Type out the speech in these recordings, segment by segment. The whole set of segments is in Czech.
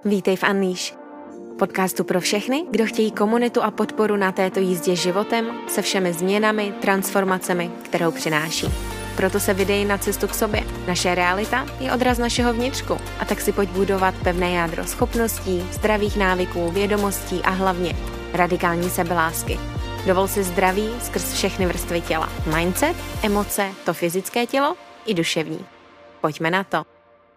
Vítej v Unleash, podcastu pro všechny, kdo chtějí komunitu a podporu na této jízdě životem se všemi změnami, transformacemi, kterou přináší. Proto se vydej na cestu k sobě. Naše realita je odraz našeho vnitřku a tak si pojď budovat pevné jádro schopností, zdravých návyků, vědomostí a hlavně radikální sebelásky. Dovol si zdraví skrz všechny vrstvy těla. Mindset, emoce, to fyzické tělo i duševní. Pojďme na to.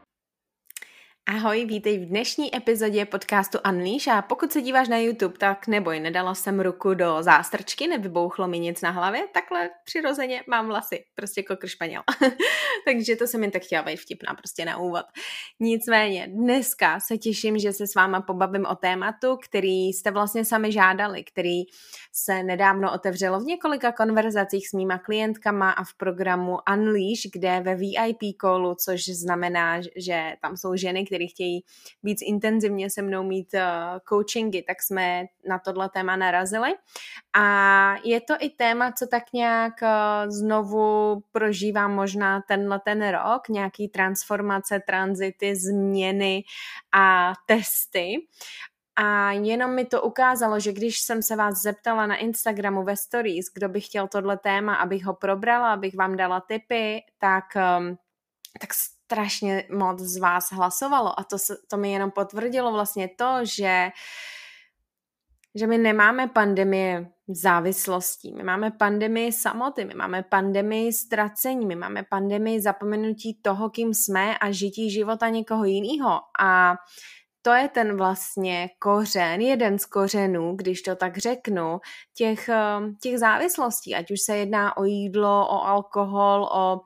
Ahoj, vítej v dnešní epizodě podcastu Unleash a pokud se díváš na YouTube, tak neboj, nedala jsem ruku do zástrčky, nevybouchlo mi nic na hlavě, takhle přirozeně mám vlasy, prostě kokr španěl. Takže to jsem jen tak chtěla být vtipná prostě na úvod. Nicméně, dneska se těším, že se s váma pobavím o tématu, který jste vlastně sami žádali, který se nedávno otevřelo v několika konverzacích s mýma klientkama a v programu Unleash, kde ve VIP callu, což znamená, že tam jsou ženy, které chtějí víc intenzivně se mnou mít coachingy, tak jsme na tohle téma narazili. A je to i téma, co tak nějak znovu prožívám možná ten rok, nějaký transformace, tranzity, změny a testy. A jenom mi to ukázalo, že když jsem se vás zeptala na Instagramu ve stories, kdo by chtěl tohle téma, abych ho probrala, abych vám dala tipy, tak strašně moc z vás hlasovalo a to mi jenom potvrdilo vlastně to, že my nemáme pandemii závislostí, my máme pandemii samoty, my máme pandemii ztracení, my máme pandemii zapomenutí toho, kým jsme a žití života někoho jiného a to je ten vlastně kořen, jeden z kořenů, když to tak řeknu, těch závislostí, ať už se jedná o jídlo, o alkohol, o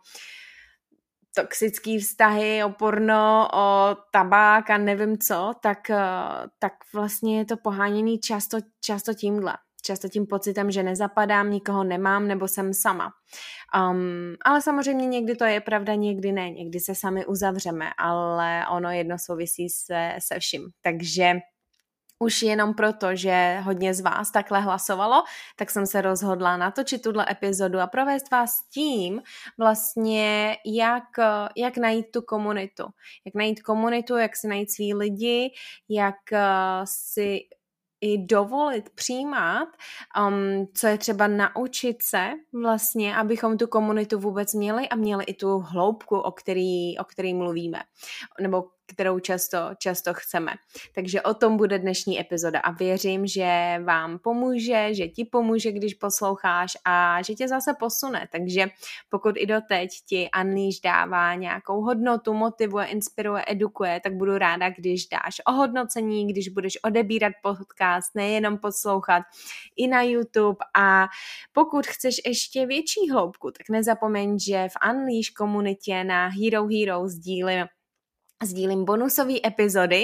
toxický vztahy, o porno, o tabák a nevím co, tak vlastně je to poháněný často tímhle. Často tím pocitem, že nezapadám, nikoho nemám nebo jsem sama. Ale samozřejmě někdy to je pravda, někdy ne. Někdy se sami uzavřeme, ale ono jedno souvisí se vším. Takže už jenom proto, že hodně z vás takhle hlasovalo, tak jsem se rozhodla natočit tuhle epizodu a provést vás tím vlastně, jak najít tu komunitu. Jak najít komunitu, jak si najít svý lidi, jak si i dovolit přijímat, co je třeba naučit se vlastně, abychom tu komunitu vůbec měli a měli i tu hloubku, o který mluvíme, nebo kterou často chceme. Takže o tom bude dnešní epizoda a věřím, že vám pomůže, že ti pomůže, když posloucháš a že tě zase posune. Takže pokud i doteď ti Unleash dává nějakou hodnotu, motivuje, inspiruje, edukuje, tak budu ráda, když dáš ohodnocení, když budeš odebírat podcast, nejenom poslouchat i na YouTube a pokud chceš ještě větší hloubku, tak nezapomeň, že v Unleash komunitě na Hero Hero sdílím bonusové epizody,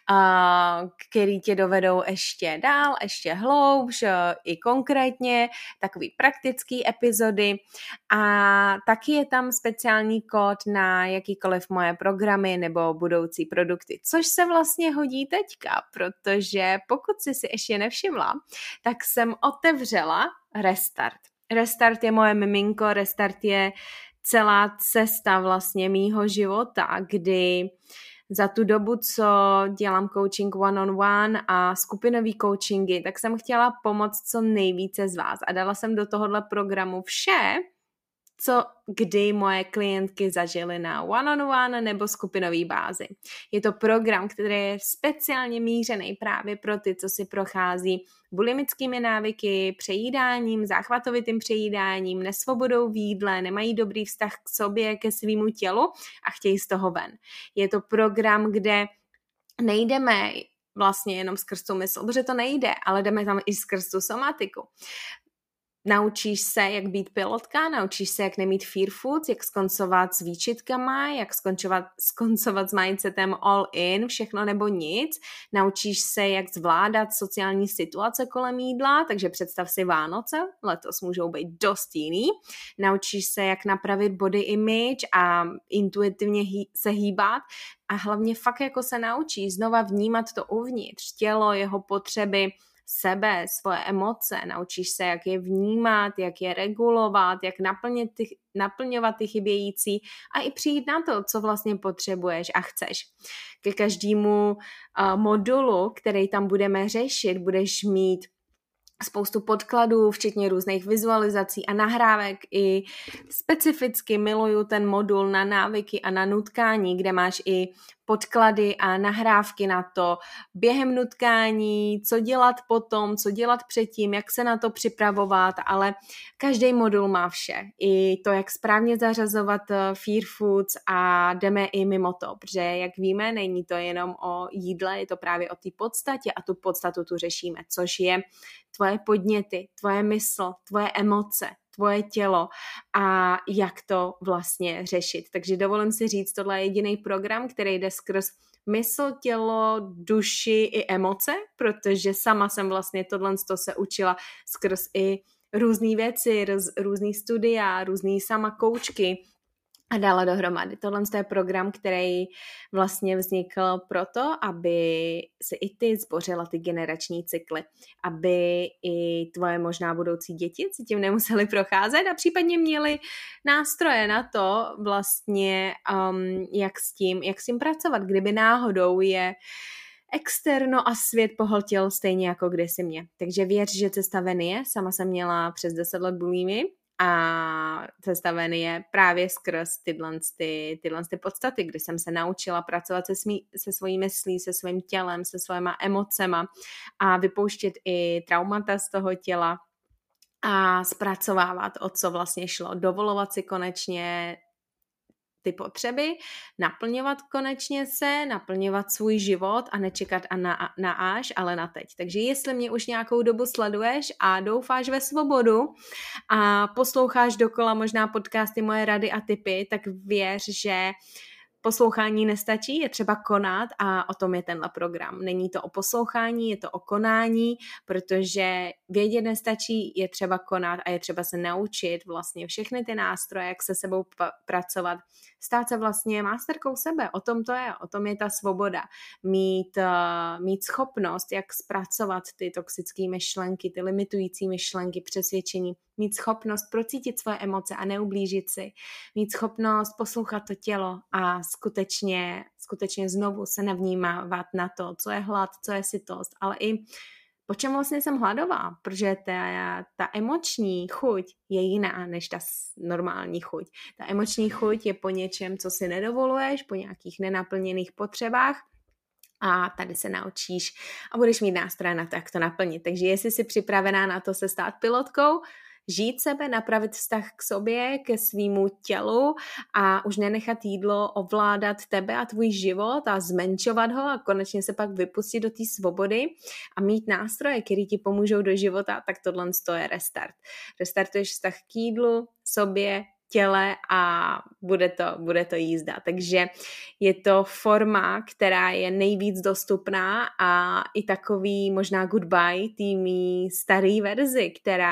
které tě dovedou ještě dál, ještě hloubš, i konkrétně, takový praktický epizody a taky je tam speciální kód na jakýkoliv moje programy nebo budoucí produkty, což se vlastně hodí teďka, protože pokud jsi si ještě nevšimla, tak jsem otevřela Restart. Restart je moje miminko, Restart je celá cesta vlastně mýho života, kdy za tu dobu, co dělám coaching one-on-one a skupinový coachingy, tak jsem chtěla pomoct co nejvíce z vás a dala jsem do tohohle programu vše, co kdy moje klientky zažily na one-on-one nebo skupinový bázi. Je to program, který je speciálně mířený právě pro ty, co si prochází bulimickými návyky, přejídáním, záchvatovitým přejídáním, nesvobodou v jídle, nemají dobrý vztah k sobě, ke svýmu tělu a chtějí z toho ven. Je to program, kde nejdeme vlastně jenom skrz tu mysl, protože to nejde, ale jdeme tam i skrz tu somatiku. Naučíš se, jak být pilotka, naučíš se, jak nemít fear foods, jak skoncovat s výčitkama, jak skoncovat s mindsetem all in, všechno nebo nic. Naučíš se, jak zvládat sociální situace kolem jídla, takže představ si Vánoce, letos můžou být dost jiný. Naučíš se, jak napravit body image a intuitivně se hýbat a hlavně fakt jako se naučíš znova vnímat to uvnitř, tělo, jeho potřeby, sebe, svoje emoce, naučíš se, jak je vnímat, jak je regulovat, jak naplňovat ty chybějící a i přijít na to, co vlastně potřebuješ a chceš. Ke každému modulu, který tam budeme řešit, budeš mít spoustu podkladů, včetně různých vizualizací a nahrávek. I specificky miluju ten modul na návyky a na nutkání, kde máš i podklady a nahrávky na to během nutkání, co dělat potom, co dělat předtím, jak se na to připravovat, ale každý modul má vše. I to, jak správně zařazovat Fear Foods a jdeme i mimo to, protože jak víme, není to jenom o jídle, je to právě o té podstatě a tu podstatu tu řešíme, což je tvoje podněty, tvoje mysl, tvoje emoce, tvoje tělo a jak to vlastně řešit. Takže dovolím si říct, tohle je jediný program, který jde skrz mysl, tělo, duši i emoce, protože sama jsem vlastně tohle se učila skrz i různé věci, různý studia, různý sama koučky a dala dohromady. Tohle je program, který vlastně vznikl proto, aby se i ty zbořila ty generační cykly, aby i tvoje možná budoucí děti si tím nemuseli procházet a případně měli nástroje na to vlastně, jak s tím pracovat, kdyby náhodou je externo a svět pohltil stejně jako kdysi mě. Takže věř, že cesta ven je. Sama jsem měla přes 10 let bulimy a cesta ven je právě skrz tyhle podstaty, kdy jsem se naučila pracovat se svojí myslí, se svým tělem, se svýma emocema a vypouštět i traumata z toho těla a zpracovávat, o co vlastně šlo. Dovolovat si konečně ty potřeby, naplňovat konečně naplňovat svůj život a nečekat na až, ale na teď. Takže jestli mě už nějakou dobu sleduješ a doufáš ve svobodu a posloucháš dokola možná podcasty, moje rady a tipy, tak věř, že poslouchání nestačí, je třeba konat a o tom je tenhle program. Není to o poslouchání, je to o konání, protože vědět nestačí, je třeba konat a je třeba se naučit vlastně všechny ty nástroje, jak se sebou pracovat, stát se vlastně masterkou sebe. O tom je ta svoboda. Mít schopnost, jak zpracovat ty toxické myšlenky, ty limitující myšlenky, přesvědčení, mít schopnost procítit svoje emoce a neublížit si, mít schopnost poslouchat to tělo a skutečně znovu se navnímávat na to, co je hlad, co je sytost, ale i po čem vlastně jsem hladová, protože ta emoční chuť je jiná než ta normální chuť. Ta emoční chuť je po něčem, co si nedovoluješ, po nějakých nenaplněných potřebách, a tady se naučíš a budeš mít nástroje na to, jak to naplnit. Takže jestli jsi připravená na to se stát pilotkou, žít sebe, napravit vztah k sobě, ke svýmu tělu a už nenechat jídlo ovládat tebe a tvůj život a zmenšovat ho a konečně se pak vypustit do té svobody a mít nástroje, které ti pomůžou do života, tak tohle je restart. Restartuješ vztah k jídlu, sobě, těle a bude to jízda. Takže je to forma, která je nejvíc dostupná a i takový možná goodbye tými starý verzi,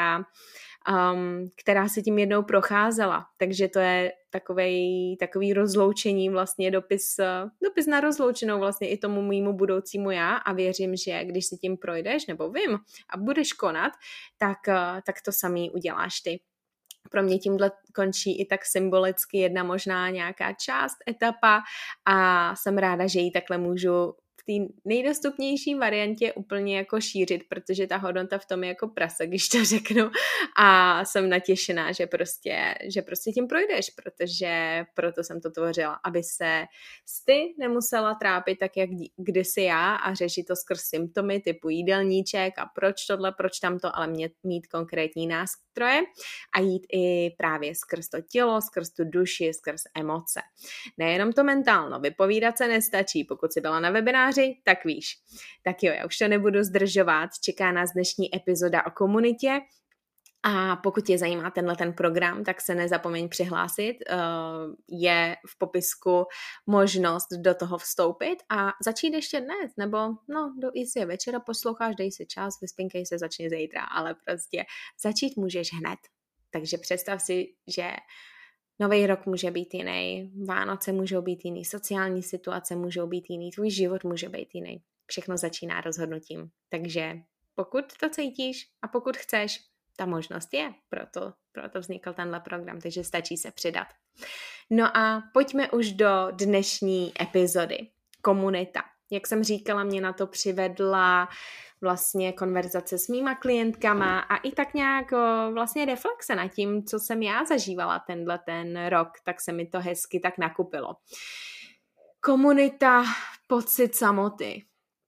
která se tím jednou procházela. Takže to je takový rozloučení, vlastně dopis na rozloučenou vlastně i tomu mému budoucímu já a věřím, že když si tím projdeš, nebo vím, a budeš konat, tak to samý uděláš ty. Pro mě tímhle končí i tak symbolicky jedna možná nějaká část, etapa a jsem ráda, že ji takhle můžu v té nejdostupnější variantě úplně jako šířit, protože ta hodnota v tom je jako prase, když to řeknu a jsem natěšená, že prostě tím projdeš, protože proto jsem to tvořila, aby se ty nemusela trápit tak, jak kdysi já a řešit to skrz symptomy typu jídelníček a proč tohle, proč tamto, ale mít konkrétní nástroje a jít i právě skrz to tělo, skrz tu duši, skrz emoce. Nejenom to mentálno, vypovídat se nestačí, pokud jsi byla na webináři, tak víš. Tak jo, já už to nebudu zdržovat, čeká nás dnešní epizoda o komunitě a pokud tě zajímá ten program, tak se nezapomeň přihlásit, je v popisku možnost do toho vstoupit a začít ještě dnes, nebo do jistě večera posloucháš, dej si čas, vyspinkej se, začni zítra, ale prostě začít můžeš hned. Takže představ si, že nový rok může být jiný, Vánoce můžou být jiný, sociální situace můžou být jiný, tvůj život může být jiný. Všechno začíná rozhodnutím. Takže pokud to cítíš a pokud chceš. Ta možnost je, proto vznikl tenhle program, takže stačí se přidat. No a pojďme už do dnešní epizody. Komunita. Jak jsem říkala, mě na to přivedla vlastně konverzace s mýma klientkama a i tak nějak vlastně reflexe nad tím, co jsem já zažívala ten rok, tak se mi to hezky tak nakupilo. Komunita, pocit samoty.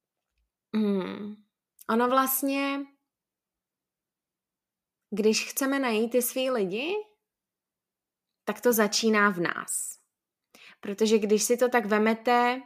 Ono vlastně, když chceme najít ty svý lidi, tak to začíná v nás. Protože když si to tak vemete,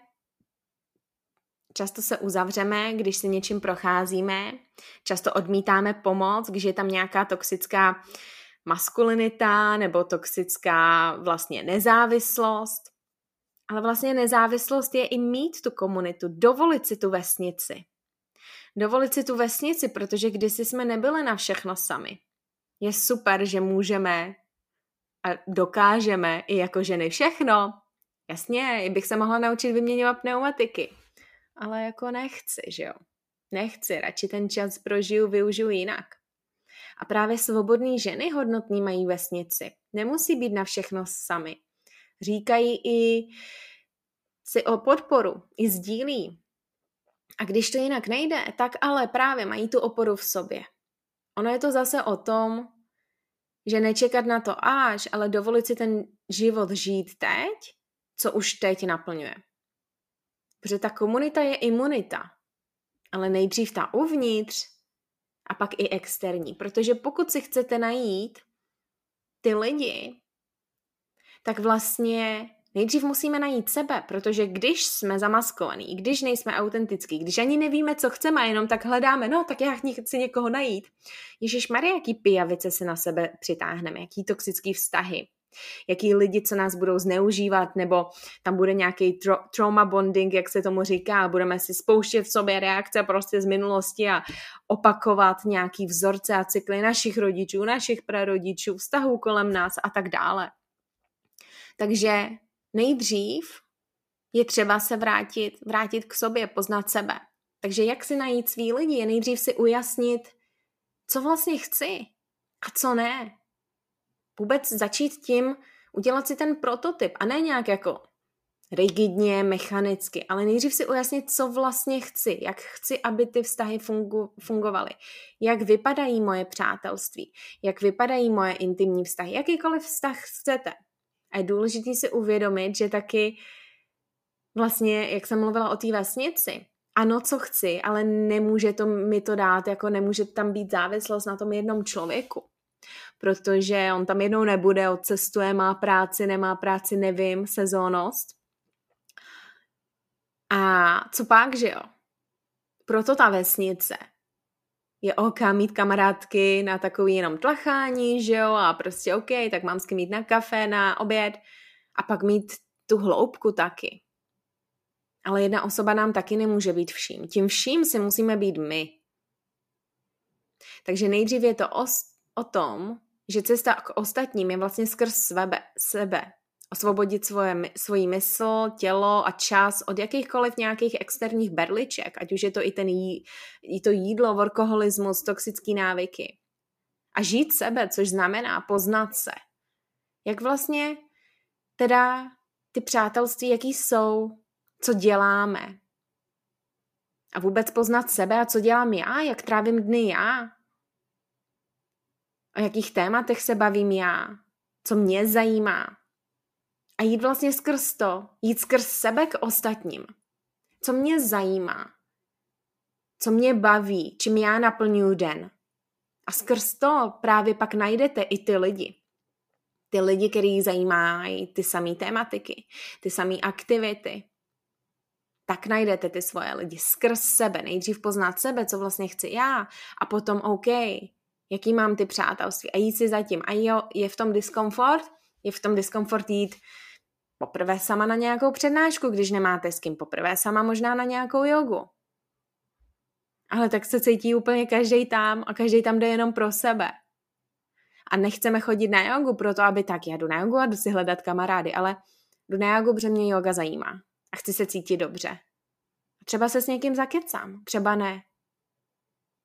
často se uzavřeme, když si něčím procházíme, často odmítáme pomoc, když je tam nějaká toxická maskulinita nebo toxická vlastně nezávislost. Ale vlastně nezávislost je i mít tu komunitu, dovolit si tu vesnici. Dovolit si tu vesnici, protože kdysi jsme nebyli na všechno sami. Je super, že můžeme a dokážeme i jako ženy všechno. Jasně, bych se mohla naučit vyměňovat pneumatiky. Ale jako nechci, že jo? Nechci, radši ten čas využiju jinak. A právě svobodný ženy hodnotný mají vesnici. Nemusí být na všechno sami. Říkají i si o podporu, i sdílí. A když to jinak nejde, tak ale právě mají tu oporu v sobě. Ono je to zase o tom, že nečekat na to až, ale dovolit si ten život žít teď, co už teď naplňuje. Protože ta komunita je imunita, ale nejdřív ta uvnitř a pak i externí. Protože pokud si chcete najít ty lidi, tak vlastně nejdřív musíme najít sebe, protože když jsme zamaskovaní, když nejsme autentický, když ani nevíme, co chceme a jenom tak hledáme, no tak já chci někoho najít. Ježišmarja, jaký pijavice si na sebe přitáhneme, jaký toxický vztahy, jaký lidi, co nás budou zneužívat, nebo tam bude nějaký trauma bonding, jak se tomu říká, budeme si spouštět v sobě reakce prostě z minulosti a opakovat nějaký vzorce a cykly našich rodičů, našich prarodičů, vztahů kolem nás a tak dále. Takže nejdřív je třeba se vrátit k sobě, poznat sebe. Takže jak si najít svý lidi, je nejdřív si ujasnit, co vlastně chci a co ne. Vůbec začít tím, udělat si ten prototyp a ne nějak jako rigidně, mechanicky, ale nejdřív si ujasnit, co vlastně chci, jak chci, aby ty vztahy fungovaly, jak vypadají moje přátelství, jak vypadají moje intimní vztahy, jakýkoliv vztah chcete. A je důležité si uvědomit, že taky vlastně, jak jsem mluvila o té vesnici, ano, co chci, ale nemůže mi to dát, jako nemůže tam být závislost na tom jednom člověku. Protože on tam jednou nebude, odcestuje, má práci, nemá práci, nevím, sezónnost. A co pak, že jo? Proto ta vesnice je OK mít kamarádky na takový jenom tlachání, že jo, a prostě OK, tak mám s kým jít na kafe, na oběd a pak mít tu hloubku taky. Ale jedna osoba nám taky nemůže být vším. Tím vším si musíme být my. Takže nejdřív je to o tom, že cesta k ostatním je vlastně skrz sebe. Osvobodit svoji mysl, tělo a čas od jakýchkoliv nějakých externích berliček, ať už je to i to jídlo, workoholismus, toxický návyky. A žít sebe, což znamená poznat se. Jak vlastně teda ty přátelství, jaký jsou, co děláme. A vůbec poznat sebe a co dělám já, jak trávím dny já. O jakých tématech se bavím já, co mě zajímá. A jít vlastně skrz to, jít skrz sebe k ostatním. Co mě zajímá, co mě baví, čím já naplňuji den. A skrz to právě pak najdete i ty lidi. Ty lidi, který zajímají ty samé tématiky, ty samé aktivity. Tak najdete ty svoje lidi skrz sebe. Nejdřív poznat sebe, co vlastně chci já. A potom OK, jaký mám ty přátelství. A jít si zatím. A jo, je v tom diskomfort? Je v tom diskomfort jít poprvé sama na nějakou přednášku, když nemáte s kým. Poprvé sama možná na nějakou jogu. Ale tak se cítí úplně každej tam a každej tam jde jenom pro sebe. A nechceme chodit na jogu proto, aby tak já jdu na jogu a jdu si hledat kamarády, ale jdu na jogu, protože mě joga zajímá. A chci se cítit dobře. Třeba se s někým zakecám, třeba ne.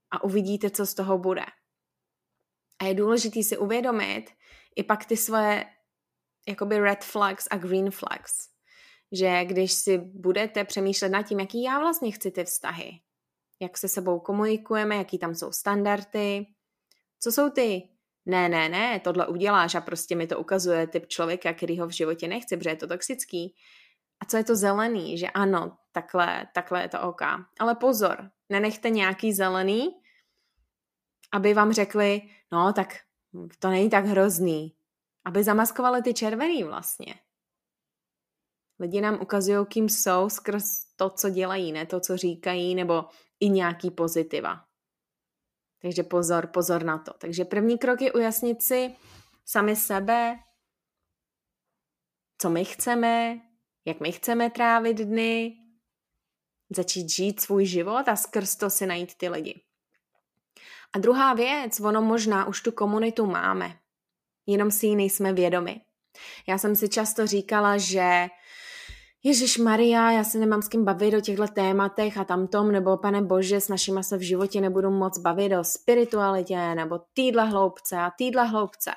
a uvidíte, co z toho bude. A je důležité si uvědomit i pak ty svoje jakoby red flags a green flags. Že když si budete přemýšlet nad tím, jaký já vlastně chci ty vztahy, jak se sebou komunikujeme, jaký tam jsou standardy, co jsou ty ne, tohle uděláš a prostě mi to ukazuje typ člověka, který ho v životě nechci, protože je to toxický. A co je to zelený, že ano, takhle je to OK. Ale pozor, nenechte nějaký zelený, aby vám řekli, no tak to není tak hrozný. Aby zamaskovali ty červený vlastně. Lidi nám ukazují, kým jsou skrz to, co dělají, ne to, co říkají, nebo i nějaký pozitiva. Takže pozor na to. Takže první krok je ujasnit si sami sebe, co my chceme, jak my chceme trávit dny, začít žít svůj život a skrz to si najít ty lidi. A druhá věc, ono možná už tu komunitu máme, jenom si ji nejsme vědomi. Já jsem si často říkala, že Ježišmarja, já se nemám s kým bavit o těchto tématech a tamtom, nebo pane bože, s našima se v životě nebudu moc bavit o spiritualitě, nebo týdle hloubce.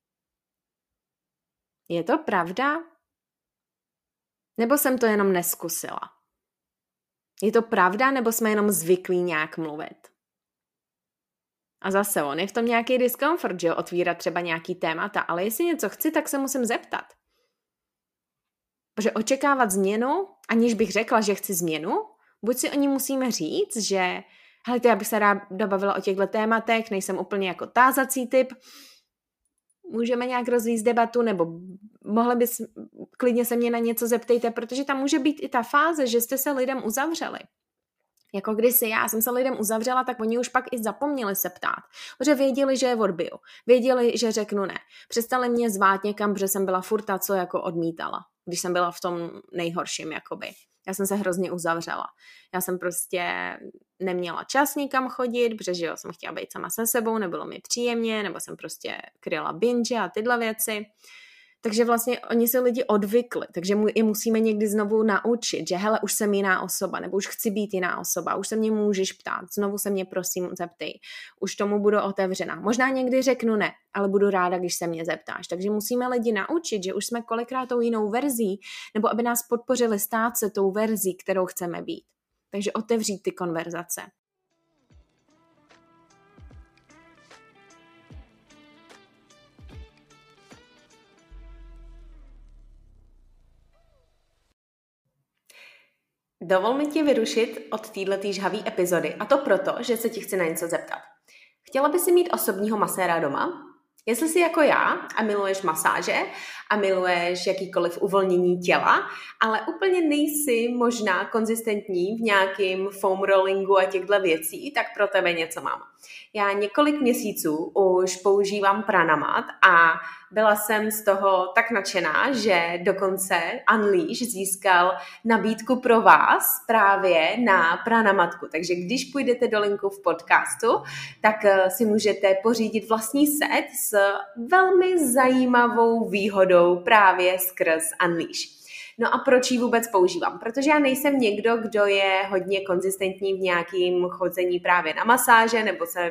Je to pravda? Nebo jsem to jenom neskusila? Je to pravda, nebo jsme jenom zvyklí nějak mluvit? A zase on je v tom nějaký diskomfort, že jo, otvírat třeba nějaký témata, ale jestli něco chci, tak se musím zeptat. Protože očekávat změnu, aniž bych řekla, že chci změnu, buď si o ní musíme říct, že hele, já bych se ráda bavila o těchto tématech, nejsem úplně jako tázací typ, můžeme nějak rozvíjet debatu, nebo mohli bys, klidně se mě na něco zeptejte, protože tam může být i ta fáze, že jste se lidem uzavřeli. Jako kdysi já jsem se lidem uzavřela, tak oni už pak i zapomněli se ptát. Protože věděli, že je odbiju. Věděli, že řeknu ne. Přestali mě zvát někam, protože jsem byla furt ta, co jako odmítala. Když jsem byla v tom nejhorším, jakoby. Já jsem se hrozně uzavřela. Já jsem prostě neměla čas nikam chodit, protože jo, jsem chtěla být sama se sebou, nebylo mi příjemně, nebo jsem prostě kryla binge a tyhle věci. Takže vlastně oni se lidi odvykli, takže je musíme někdy znovu naučit, že hele, už jsem jiná osoba, nebo už chci být jiná osoba, už se mě můžeš ptát, znovu se mě prosím zeptej, už tomu budu otevřená. Možná někdy řeknu ne, ale budu ráda, když se mě zeptáš. Takže musíme lidi naučit, že už jsme kolikrát tou jinou verzí, nebo aby nás podpořili stát se tou verzí, kterou chceme být. Takže otevřít ty konverzace. Dovol mi tě vyrušit od této žhavé epizody, a to proto, že se ti chci na něco zeptat. Chtěla by si mít osobního maséra doma? Jestli jsi jako já a miluješ masáže a miluješ jakýkoliv uvolnění těla, ale úplně nejsi možná konzistentní v nějakým foam rollingu a těchto věcí, tak pro tebe něco mám. Já několik měsíců už používám Pranamat a byla jsem z toho tak nadšená, že dokonce Unleash získal nabídku pro vás právě na Pranamatku. Takže když půjdete do linku v podcastu, tak si můžete pořídit vlastní set s velmi zajímavou výhodou právě skrz Unleash. No a proč ji vůbec používám? Protože já nejsem někdo, kdo je hodně konzistentní v nějakým chodzení právě na masáže, nebo se,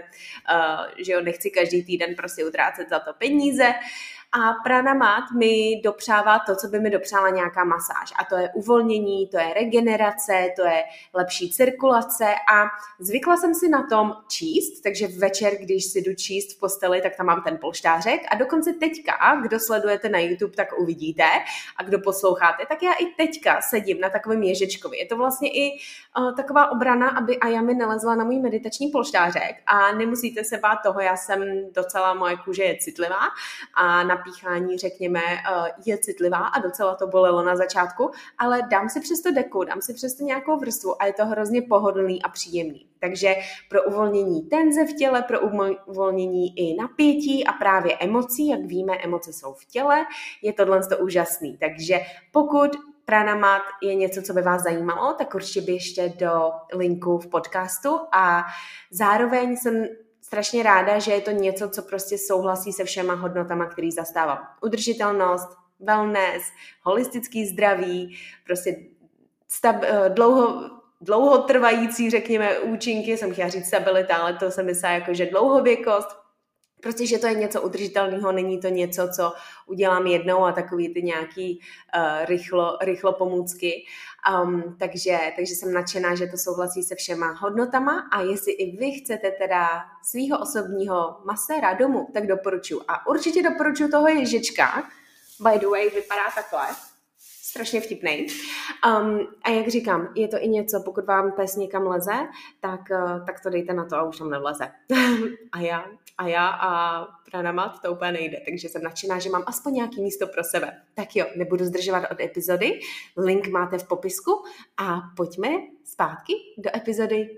že jo, nechci každý týden prostě utrácet za to peníze. A Pranamat mi dopřává to, co by mi dopřála nějaká masáž. A to je uvolnění, to je regenerace, to je lepší cirkulace a zvykla jsem si na tom číst, takže večer, když si jdu číst v posteli, tak tam mám ten polštářek a dokonce teďka, kdo sledujete na YouTube, tak uvidíte a kdo posloucháte, tak já i teďka sedím na takovém ježičkovi. Je to vlastně i taková obrana, aby Aja mi nelezla na můj meditační polštářek a nemusíte se bát toho, já jsem docela, moje kůže je citlivá a na píchání, řekněme, je citlivá a docela to bolelo na začátku, ale dám si přesto deku, dám si přesto nějakou vrstvu a je to hrozně pohodlný a příjemný. Takže pro uvolnění tenze v těle, pro uvolnění i napětí a právě emocí, jak víme, emoce jsou v těle, je tohle úžasný. Takže pokud Pranamat je něco, co by vás zajímalo, tak určitě běžte do linku v podcastu a zároveň jsem strašně ráda, že je to něco, co prostě souhlasí se všema hodnotama, který zastávám. Udržitelnost, wellness, holistický zdraví, prostě dlouhotrvající, řekněme, účinky, jsem chtěla říct stabilita, ale to jsem myslela jako, že dlouhověkost, protože to je něco udržitelného, není to něco, co udělám jednou a takový ty nějaký rychlo pomůcky. Takže jsem nadšená, že to souhlasí se všema hodnotama a jestli i vy chcete teda svýho osobního maséra domů, tak doporučuji. A určitě doporučuji toho ježička. By the way, vypadá takhle. Strašně vtipnej. A jak říkám, je to i něco, pokud vám pes někam leze, tak to dejte na to a už tam nevleze. a já a Pranamat to úplně nejde, takže jsem nadšená, že mám aspoň nějaký místo pro sebe. Tak jo, nebudu zdržovat od epizody, link máte v popisku a pojďme zpátky do epizody.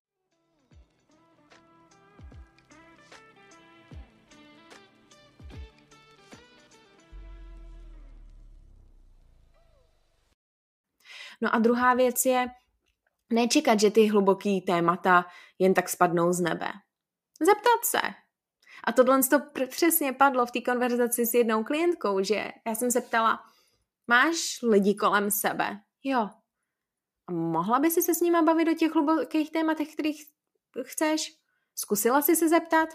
No a druhá věc je nečekat, že ty hluboký témata jen tak spadnou z nebe. Zeptat se. A tohle to přesně padlo v té konverzaci s jednou klientkou, že já jsem se ptala, máš lidi kolem sebe? Jo. A mohla by si se s nima bavit o těch hlubokých tématech, kterých chceš? Zkusila jsi se zeptat?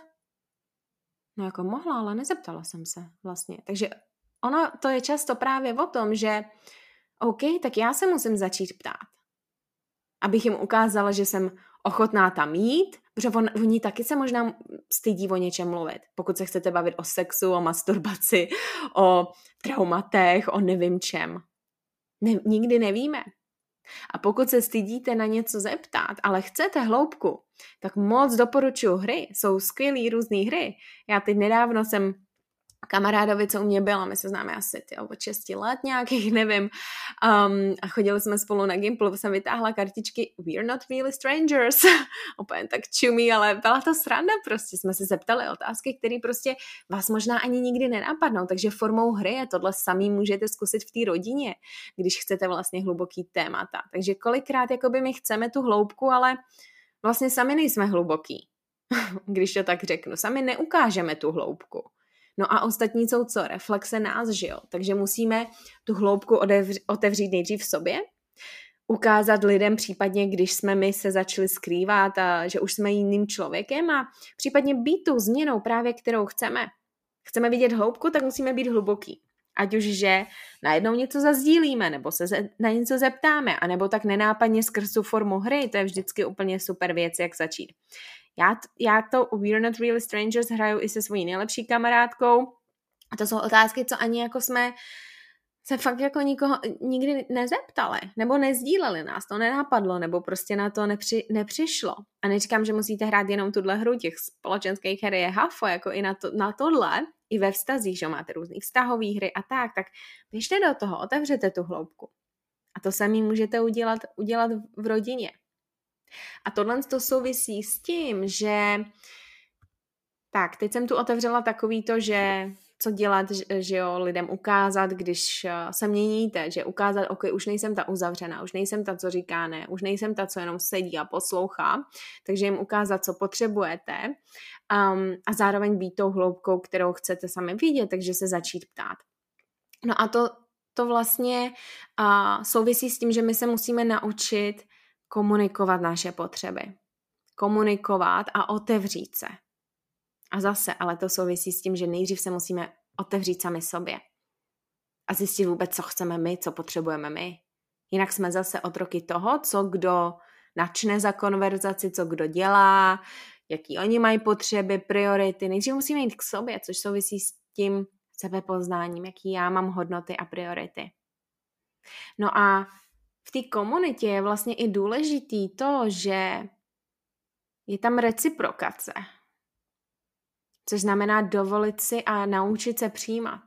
No jako mohla, ale nezeptala jsem se vlastně. Takže ono to je často právě o tom, že OK, tak já se musím začít ptát. Abych jim ukázala, že jsem ochotná tam jít, protože oni taky se možná stydí o něčem mluvit. Pokud se chcete bavit o sexu, o masturbaci, o traumatech, o nevím čem. Nikdy nevíme. A pokud se stydíte na něco zeptat, ale chcete hloubku, tak moc doporučuji hry. Jsou skvělý různé hry. Já teď nedávno jsem kamarádovi, co u mě byla, my se známe asi od 6 let nějakých, nevím, a chodili jsme spolu na Gimplu, jsem vytáhla kartičky We're not really strangers, úplně tak čumí, ale byla to sranda, prostě jsme se zeptali otázky, které prostě vás možná ani nikdy nenapadnou, takže formou hry je tohle samý můžete zkusit v té rodině, když chcete vlastně hluboký témata, takže kolikrát jakoby my chceme tu hloubku, ale vlastně sami nejsme hluboký, když to tak řeknu, sami neukážeme tu hloubku. No a ostatní jsou co? Reflexe nás, že jo? Takže musíme tu hloubku otevřít nejdřív v sobě, ukázat lidem případně, když jsme my se začali skrývat a že už jsme jiným člověkem a případně být tou změnou právě, kterou chceme. Chceme vidět hloubku, tak musíme být hluboký. Ať už, že najednou něco zazdílíme, nebo se na něco zeptáme, anebo tak nenápadně skrz tu formu hry, to je vždycky úplně super věc, jak začít. Já to We're Not Really Strangers hraju i se svojí nejlepší kamarádkou a to jsou otázky, co ani jako jsme se fakt jako nikoho nikdy nezeptali, nebo nezdíleli nás, to nenapadlo, nebo prostě na to nepřišlo. A neříkám, že musíte hrát jenom tuhle hru, těch společenských her je hafo, jako i na tohle, i ve vztazích, že máte různý vztahové hry a tak běžte do toho, otevřete tu hloubku. A to samý můžete udělat v rodině. A tohle to souvisí s tím, že tak, teď jsem tu otevřela takový to, že co dělat, že jo, lidem ukázat, když se měníte, že ukázat, ok, už nejsem ta uzavřená, už nejsem ta, co říká ne, už nejsem ta, co jenom sedí a poslouchá, takže jim ukázat, co potřebujete a zároveň být tou hloubkou, kterou chcete sami vidět, takže se začít ptát. No a to vlastně souvisí s tím, že my se musíme naučit komunikovat naše potřeby. Komunikovat a otevřít se. A zase, ale to souvisí s tím, že nejdřív se musíme otevřít sami sobě. A zjistit vůbec, co chceme my, co potřebujeme my. Jinak jsme zase otroky toho, co kdo načne za konverzaci, co kdo dělá, jaký oni mají potřeby, priority. Nejdřív musíme jít k sobě, což souvisí s tím sebepoznáním, jaký já mám hodnoty a priority. No a v té komunitě je vlastně i důležitý to, že je tam reciprokace. Což znamená dovolit si a naučit se přijímat.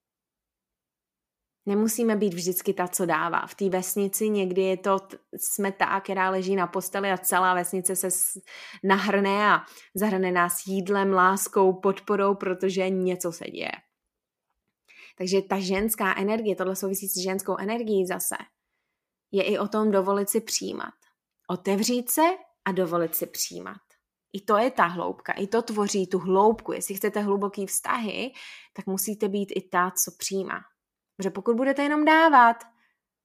Nemusíme být vždycky ta, co dává. V té vesnici někdy jsme ta, která leží na posteli a celá vesnice se nahrne a zahrne nás jídlem, láskou, podporou, protože něco se děje. Takže ta ženská energie, tohle souvisí s ženskou energií zase, je i o tom dovolit si přijímat. Otevřít se a dovolit si přijímat. I to je ta hloubka, i to tvoří tu hloubku. Jestli chcete hluboký vztahy, tak musíte být i ta, co přijímá. Protože pokud budete jenom dávat,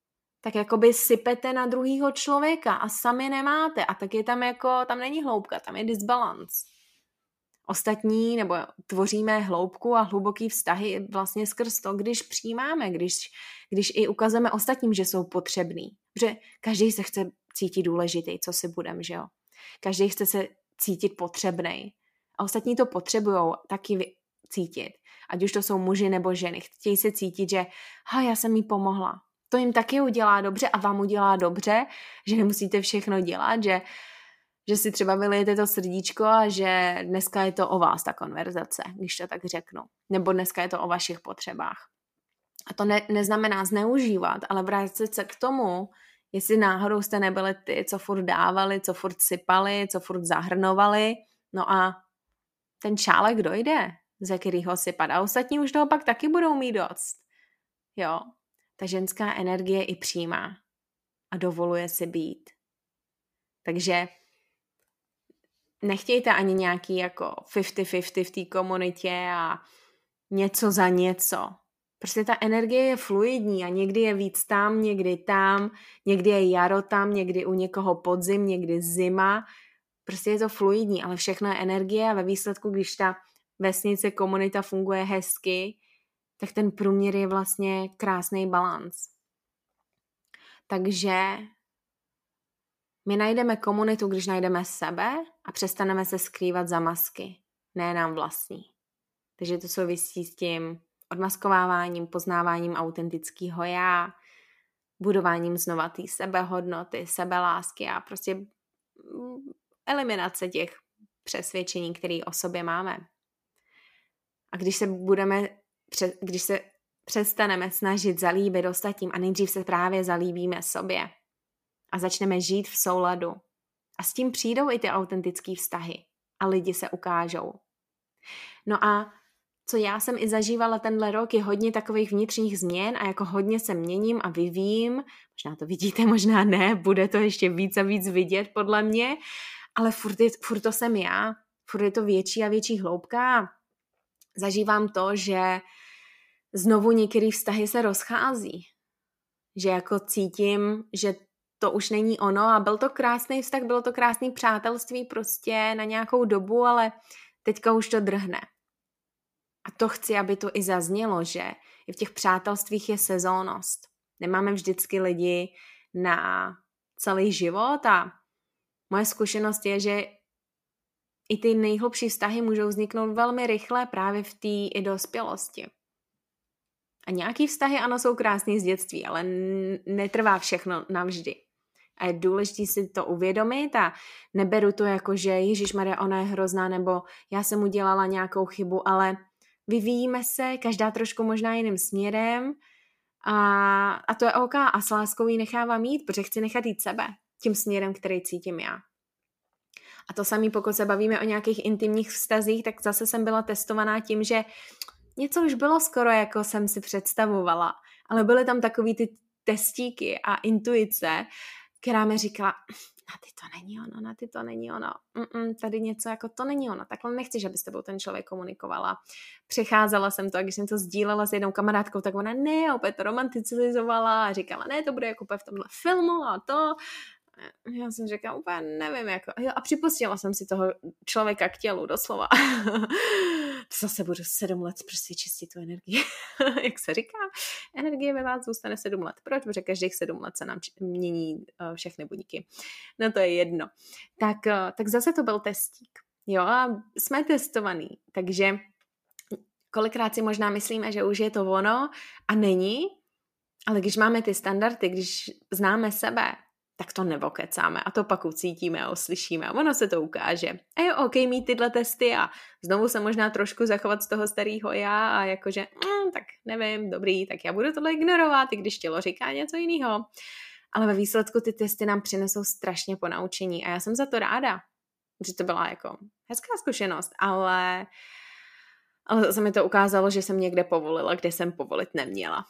tak jakoby sypete na druhýho člověka a sami nemáte. A tak je tam tam není hloubka, tam je disbalans. Ostatní, nebo tvoříme hloubku a hluboký vztahy vlastně skrz to, když přijímáme, když i ukazujeme ostatním, že jsou potřební. Protože každý se chce cítit důležitý, co si budem, že jo. Každý chce se cítit potřebnej. A ostatní to potřebujou taky cítit. Ať už to jsou muži nebo ženy. Chtějí se cítit, že já jsem jí pomohla. To jim taky udělá dobře a vám udělá dobře, že nemusíte všechno dělat, že si třeba vylijete to srdíčko a že dneska je to o vás ta konverzace, když to tak řeknu. Nebo dneska je to o vašich potřebách. A to neznamená zneužívat, ale vrátit se k tomu, jestli náhodou jste nebyli ty, co furt dávali, co furt sypali, co furt zahrnovali. No a ten šálek dojde, ze kterýho sypat. A ostatní už toho pak taky budou mít dost. Jo. Ta ženská energie i přijímá a dovoluje si být. Takže nechtějte ani nějaký jako 50-50 v té komunitě a něco za něco. Prostě ta energie je fluidní a někdy je víc tam, někdy je jaro tam, někdy u někoho podzim, někdy zima. Prostě je to fluidní, ale všechno je energie a ve výsledku, když ta vesnice, komunita funguje hezky, tak ten průměr je vlastně krásný balans. Takže my najdeme komunitu, když najdeme sebe a přestaneme se skrývat za masky, ne nám vlastní. Takže to souvisí s tím odmaskováváním, poznáváním autentického já, budováním znova té sebehodnoty, sebelásky a prostě eliminace těch přesvědčení, které o sobě máme. A když se přestaneme snažit zalíbit ostatním a nejdřív se právě zalíbíme sobě a začneme žít v souladu. A s tím přijdou i ty autentické vztahy a lidi se ukážou. No a co já jsem i zažívala tenhle rok, je hodně takových vnitřních změn a jako hodně se měním a vyvím. Možná to vidíte, možná ne, bude to ještě víc a víc vidět podle mě, ale furt to jsem já, furt je to větší a větší hloubka. Zažívám to, že znovu některé vztahy se rozchází. Že jako cítím, že to už není ono a byl to krásný vztah, bylo to krásný přátelství prostě na nějakou dobu, ale teďka už to drhne. A to chci, aby to i zaznělo, že i v těch přátelstvích je sezónnost. Nemáme vždycky lidi na celý život a moje zkušenost je, že i ty nejhlubší vztahy můžou vzniknout velmi rychle právě v té i dospělosti. A nějaký vztahy, ano, jsou krásný z dětství, ale netrvá všechno navždy. A je důležité si to uvědomit a neberu to jako, že Ježišmarja, ona je hrozná, nebo já jsem udělala nějakou chybu, ale vyvíjíme se, každá trošku možná jiným směrem a to je OK a s láskou ji nechávám jít, protože chci nechat jít sebe tím směrem, který cítím já. A to samé, pokud se bavíme o nějakých intimních vztazích, tak zase jsem byla testovaná tím, že něco už bylo skoro, jako jsem si představovala, ale byly tam takový ty testíky a intuice, která mi říkala, na ty to není ono, tady něco jako to není ono, takhle nechci, aby s tebou ten člověk komunikovala. Přecházela jsem to a když jsem to sdílela s jednou kamarádkou, tak ona opět to romanticizovala a říkala, ne, to bude jako v tomhle filmu a to. Já jsem říkala, úplně nevím, jako. A připustila jsem si toho člověka k tělu, doslova. Zase budu 7 let prostě čistit tu energii. Jak se říká, energie ve vás zůstane 7 let. Proč? Protože každých 7 let se nám mění všechny budíky. No to je jedno. Tak zase to byl testík. Jo, a jsme testovaný. Takže kolikrát si možná myslíme, že už je to ono a není, ale když máme ty standardy, když známe sebe, tak to nevokecáme a to pak ucítíme a uslyšíme a ono se to ukáže. A je OK mít tyhle testy a znovu se možná trošku zachovat z toho starého já a jakože, tak nevím, dobrý, tak já budu tohle ignorovat, i když tělo říká něco jiného. Ale ve výsledku ty testy nám přinesou strašně ponaučení a já jsem za to ráda, že to byla jako hezká zkušenost, ale zase mi to ukázalo, že jsem někde povolila, kde jsem povolit neměla.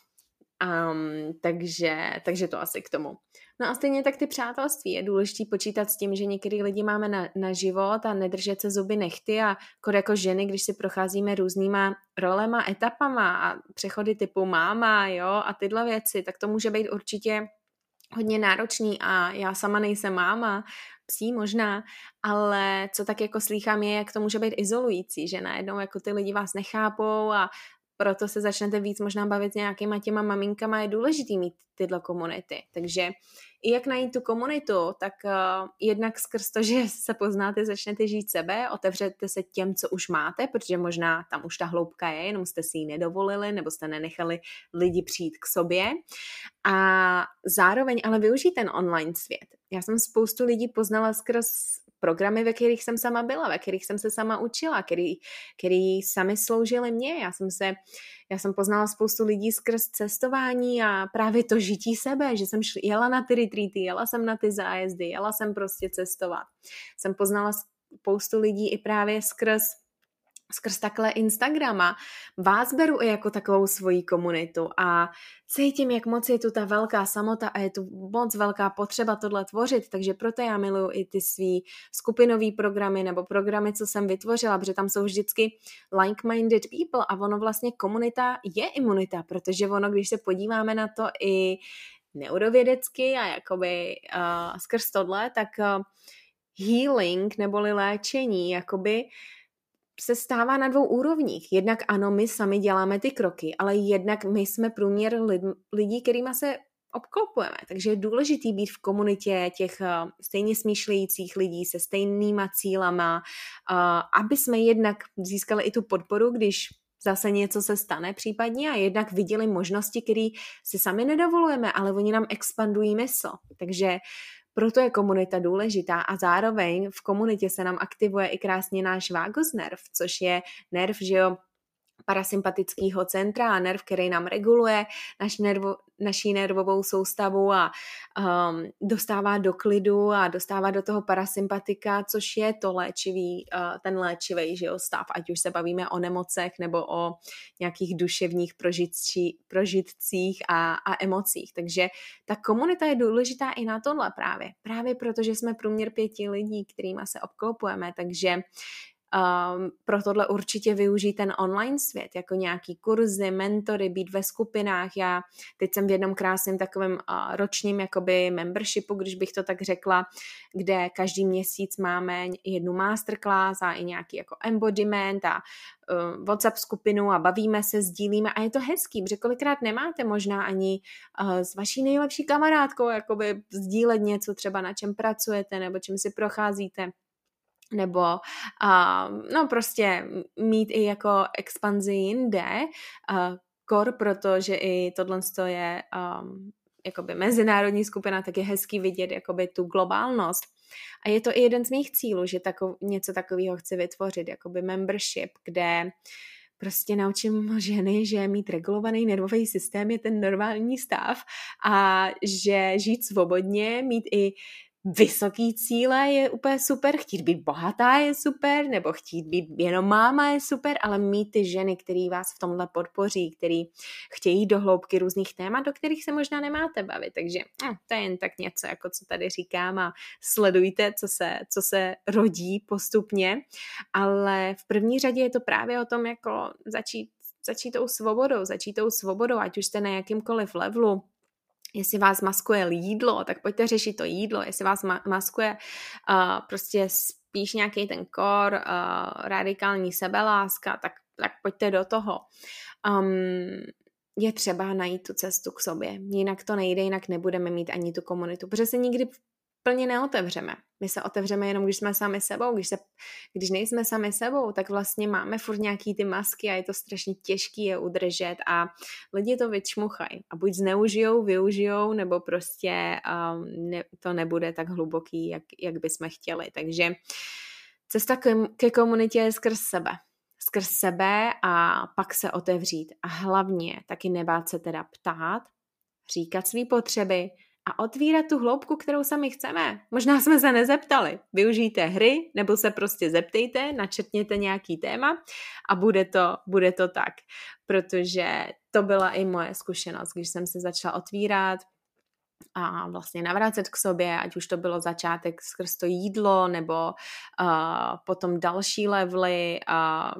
Takže to asi k tomu. No a stejně tak ty přátelství. Je důležité počítat s tím, že některý lidi máme na život a nedržet se zuby nechty a jako ženy, když si procházíme různýma rolema, etapama a přechody typu máma, jo, a tyhle věci, tak to může být určitě hodně náročný a já sama nejsem máma, psí možná, ale co tak jako slýchám je, jak to může být izolující, že najednou jako ty lidi vás nechápou a proto se začnete víc možná bavit s nějakýma těma maminkama, je důležitý mít tyhle komunity. Takže i jak najít tu komunitu, tak jednak skrz to, že se poznáte, začnete žít sebe, otevřete se těm, co už máte, protože možná tam už ta hloubka je, jenom jste si ji nedovolili, nebo jste nenechali lidi přijít k sobě. A zároveň ale využít ten online svět. Já jsem spoustu lidí poznala skrz programy, ve kterých jsem sama byla, ve kterých jsem se sama učila, který sami sloužili mě. Já jsem poznala spoustu lidí skrz cestování a právě to žití sebe, že jsem jela na ty retreaty, jela jsem na ty zájezdy, jela jsem prostě cestovat. Jsem poznala spoustu lidí i právě skrz takhle Instagrama. Vás beru i jako takovou svoji komunitu a cítím, jak moc je tu ta velká samota a je tu moc velká potřeba tohle tvořit, takže proto já miluju i ty svý skupinový programy nebo programy, co jsem vytvořila, protože tam jsou vždycky like-minded people a ono vlastně komunita je imunita, protože ono, když se podíváme na to i neurovědecky a jakoby skrz tohle, tak healing neboli léčení jakoby se stává na 2 úrovních. Jednak ano, my sami děláme ty kroky, ale jednak my jsme průměr lidí, kterýma se obklopujeme. Takže je důležitý být v komunitě těch stejně smýšlejících lidí se stejnýma cílama, aby jsme jednak získali i tu podporu, když zase něco se stane případně a jednak viděli možnosti, které si sami nedovolujeme, ale oni nám expandují mysl. Takže proto je komunita důležitá a zároveň v komunitě se nám aktivuje i krásně náš vagusnerv, což je nerv, že jo, parasympatického centra a nerv, který nám reguluje naší nervovou soustavu a dostává do klidu a dostává do toho parasympatika, což je to ten léčivý, že jo, stav, ať už se bavíme o nemocech nebo o nějakých duševních prožitcích a emocích. Takže ta komunita je důležitá i na tohle právě. Právě protože jsme průměr 5 lidí, kterýma se obklopujeme, takže pro tohle určitě využít ten online svět, jako nějaký kurzy, mentory, být ve skupinách. Já teď jsem v jednom krásném takovém ročním jakoby membershipu, když bych to tak řekla, kde každý měsíc máme jednu masterclass a i nějaký jako embodiment a WhatsApp skupinu a bavíme se, sdílíme a je to hezký, protože kolikrát nemáte možná ani s vaší nejlepší kamarádkou jakoby sdílet něco třeba, na čem pracujete nebo čím si procházíte, nebo no prostě mít i jako expanzi jinde, protože i tohle je jakoby mezinárodní skupina, tak je hezký vidět jakoby tu globálnost. A je to i jeden z mých cílů, že něco takového chci vytvořit, jakoby membership, kde prostě naučím ženy, že mít regulovaný nervový systém je ten normální stav a že žít svobodně, mít i vysoký cíle je úplně super, chtít být bohatá je super, nebo chtít být jenom máma je super, ale mít ty ženy, který vás v tomhle podpoří, který chtějí do hloubky různých témat, do kterých se možná nemáte bavit. Takže to je jen tak něco, jako co tady říkám a sledujte, co se rodí postupně. Ale v první řadě je to právě o tom, jako začít tou svobodou, ať už jste na jakýmkoliv levelu. Jestli vás maskuje jídlo, tak pojďte řešit to jídlo. Jestli vás maskuje prostě spíš nějaký ten radikální sebeláska, tak pojďte do toho. Je třeba najít tu cestu k sobě. Jinak to nejde, jinak nebudeme mít ani tu komunitu, protože se nikdy plně neotevřeme. My se otevřeme jenom, když jsme sami sebou. Když nejsme sami sebou, tak vlastně máme furt nějaký ty masky a je to strašně těžký je udržet a lidi to vyčmuchají. A buď zneužijou, využijou, nebo prostě to nebude tak hluboký, jak bychom chtěli. Takže cesta ke komunitě je skrz sebe a pak se otevřít. A hlavně taky nebát se teda ptát, říkat svý potřeby, a otvírat tu hloubku, kterou sami chceme. Možná jsme se nezeptali. Využijte hry, nebo se prostě zeptejte, načrtněte nějaký téma a bude to tak. Protože to byla i moje zkušenost, když jsem se začala otvírat a vlastně navracet k sobě, ať už to bylo začátek skrz to jídlo, nebo potom další levely,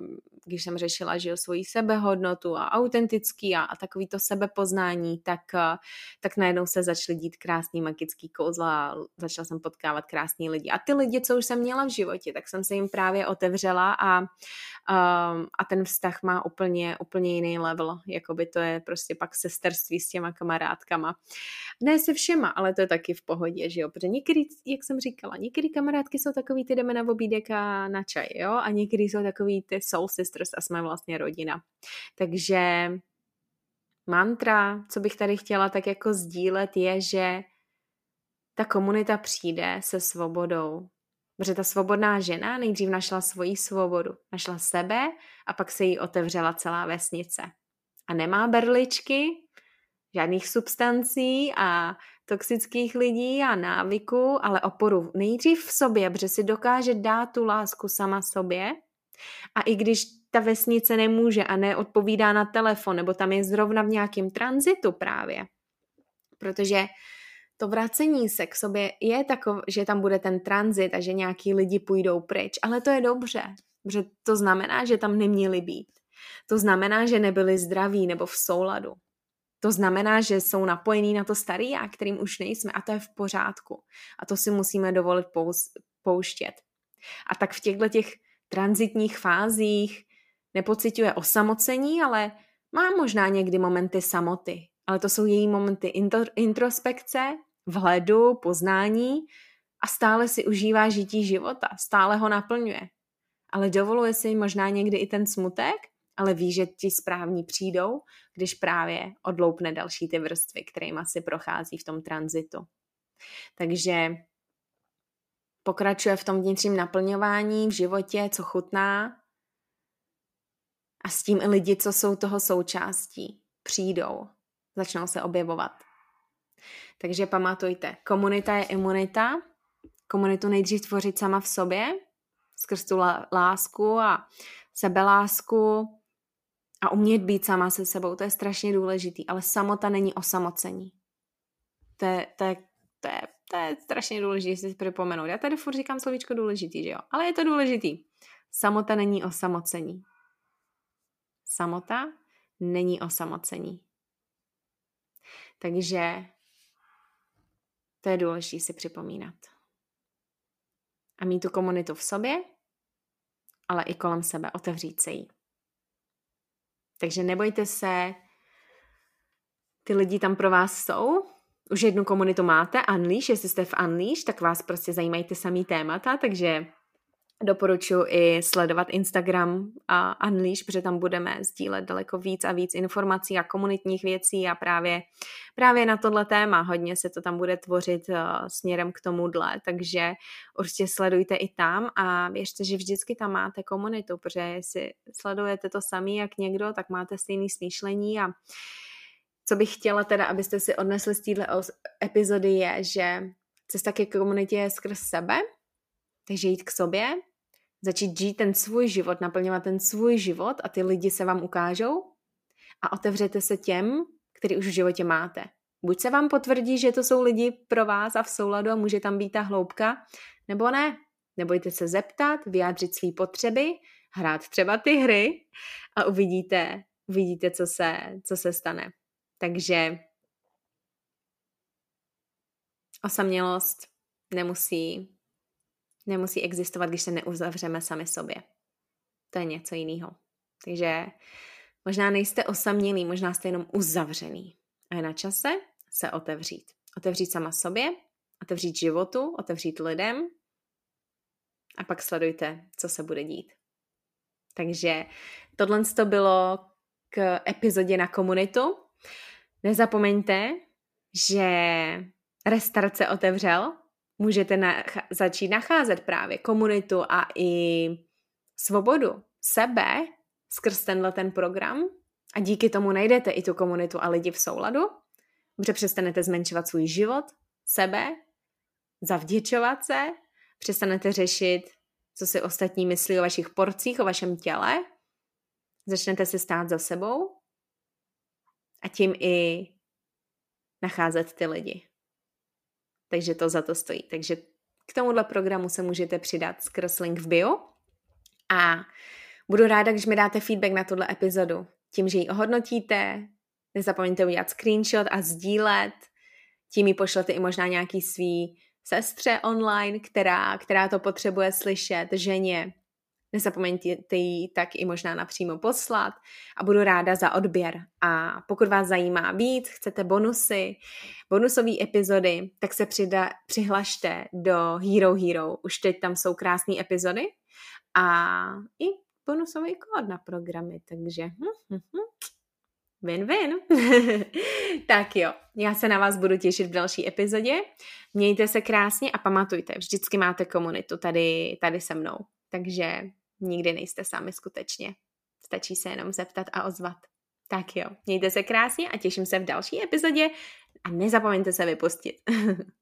když jsem řešila, že jo, svoji sebehodnotu a autentický a takový to sebepoznání, tak najednou se začaly dít krásný magický kouzla a začala jsem potkávat krásný lidi. A ty lidi, co už jsem měla v životě, tak jsem se jim právě otevřela a ten vztah má úplně jiný level. Jakoby to je prostě pak sesterství s těma kamarádkama. Ne se všema, ale to je taky v pohodě, že jo, protože některý, jak jsem říkala, některý kamarádky jsou takový, ty jdeme na obídek a na čaj, jo, a některý jsou takový ty soul sisters a jsme vlastně rodina. Takže mantra, co bych tady chtěla tak jako sdílet, je, že ta komunita přijde se svobodou. Protože ta svobodná žena nejdřív našla svoji svobodu, našla sebe a pak se jí otevřela celá vesnice. A nemá berličky, žádných substancí a toxických lidí a návyků, ale oporu nejdřív v sobě, protože si dokáže dát tu lásku sama sobě. A i když ta vesnice nemůže a neodpovídá na telefon, nebo tam je zrovna v nějakém tranzitu právě, protože to vracení se k sobě je takové, že tam bude ten tranzit a že nějaký lidi půjdou pryč, ale to je dobře, protože to znamená, že tam neměli být. To znamená, že nebyli zdraví nebo v souladu. To znamená, že jsou napojení na to starý já, kterým už nejsme, a to je v pořádku. A to si musíme dovolit pouštět. A tak v těchto tranzitních fázích nepociťuje osamocení, ale má možná někdy momenty samoty. Ale to jsou její momenty introspekce, vhledu, poznání a stále si užívá žití života, stále ho naplňuje. Ale dovoluje si možná někdy i ten smutek, ale ví, že ti správní přijdou, když právě odloupne další ty vrstvy, kterými si prochází v tom tranzitu. Takže pokračuje v tom vnitřním naplňování v životě, co chutná, a s tím i lidi, co jsou toho součástí, přijdou, začnou se objevovat. Takže pamatujte, komunita je imunita, komunitu nejdřív tvořit sama v sobě, skrz tu lásku a sebelásku a umět být sama se sebou, to je strašně důležitý, ale samota není osamocení. To je strašně důležité si připomenout. Já tady furt říkám slovíčko důležitý, že jo? Ale je to důležitý. Samota není osamocení. Samota není osamocení. Takže to je důležité si připomínat. A mít tu komunitu v sobě, ale i kolem sebe, otevřít se jí. Takže nebojte se, ty lidi tam pro vás jsou. Už jednu komunitu máte, Unleash, jestli jste v Unleash, tak vás prostě zajímají ty samý témata, takže doporučuji i sledovat Instagram a Unleash, protože tam budeme sdílet daleko víc a víc informací a komunitních věcí a právě na tohle téma hodně se to tam bude tvořit směrem k tomuhle, takže určitě sledujte i tam a věřte, že vždycky tam máte komunitu, protože jestli sledujete to samý jak někdo, tak máte stejný smýšlení. A co bych chtěla teda, abyste si odnesli z této epizody, je, že cesta ke komunitě je skrz sebe, takže jít k sobě, začít žít ten svůj život, naplňovat ten svůj život a ty lidi se vám ukážou a otevřete se těm, který už v životě máte. Buď se vám potvrdí, že to jsou lidi pro vás a v souladu a může tam být ta hloubka, nebo ne. Nebojte se zeptat, vyjádřit své potřeby, hrát třeba ty hry a uvidíte, co se stane. Takže osamělost nemusí existovat, když se neuzavřeme sami sobě. To je něco jiného. Takže možná nejste osamělí, možná jste jenom uzavřený. A je na čase se otevřít. Otevřít sama sobě, otevřít životu, otevřít lidem a pak sledujte, co se bude dít. Takže tohle to bylo k epizodě na komunitu. Nezapomeňte, že Restart se otevřel. Můžete začít nacházet právě komunitu a i svobodu sebe skrz ten program a díky tomu najdete i tu komunitu a lidi v souladu, protože přestanete zmenšovat svůj život, sebe, zavděčovat se, přestanete řešit, co si ostatní myslí o vašich porcích, o vašem těle, začnete se stát za sebou a tím i nacházet ty lidi. Takže to za to stojí. Takže k tomuhle programu se můžete přidat skrz link v bio a Budu ráda, když mi dáte feedback na tuhle epizodu. Tím, že ji ohodnotíte, nezapomeňte udělat screenshot a sdílet. Tím ji pošlete i možná nějaký svý sestře online, která to potřebuje slyšet, ženě. Nezapomeňte ji tak i možná napřímo poslat a budu ráda za odběr. A pokud vás zajímá víc, chcete bonusové epizody, tak se přihlašte do Hero Hero. Už teď tam jsou krásné epizody a i bonusový kód na programy, takže win-win. Tak jo, já se na vás budu těšit v další epizodě. Mějte se krásně a pamatujte, vždycky máte komunitu tady se mnou. Takže nikdy nejste sami skutečně. Stačí se jenom zeptat a ozvat. Tak jo, mějte se krásně a těším se v další epizodě a nezapomeňte se vypustit.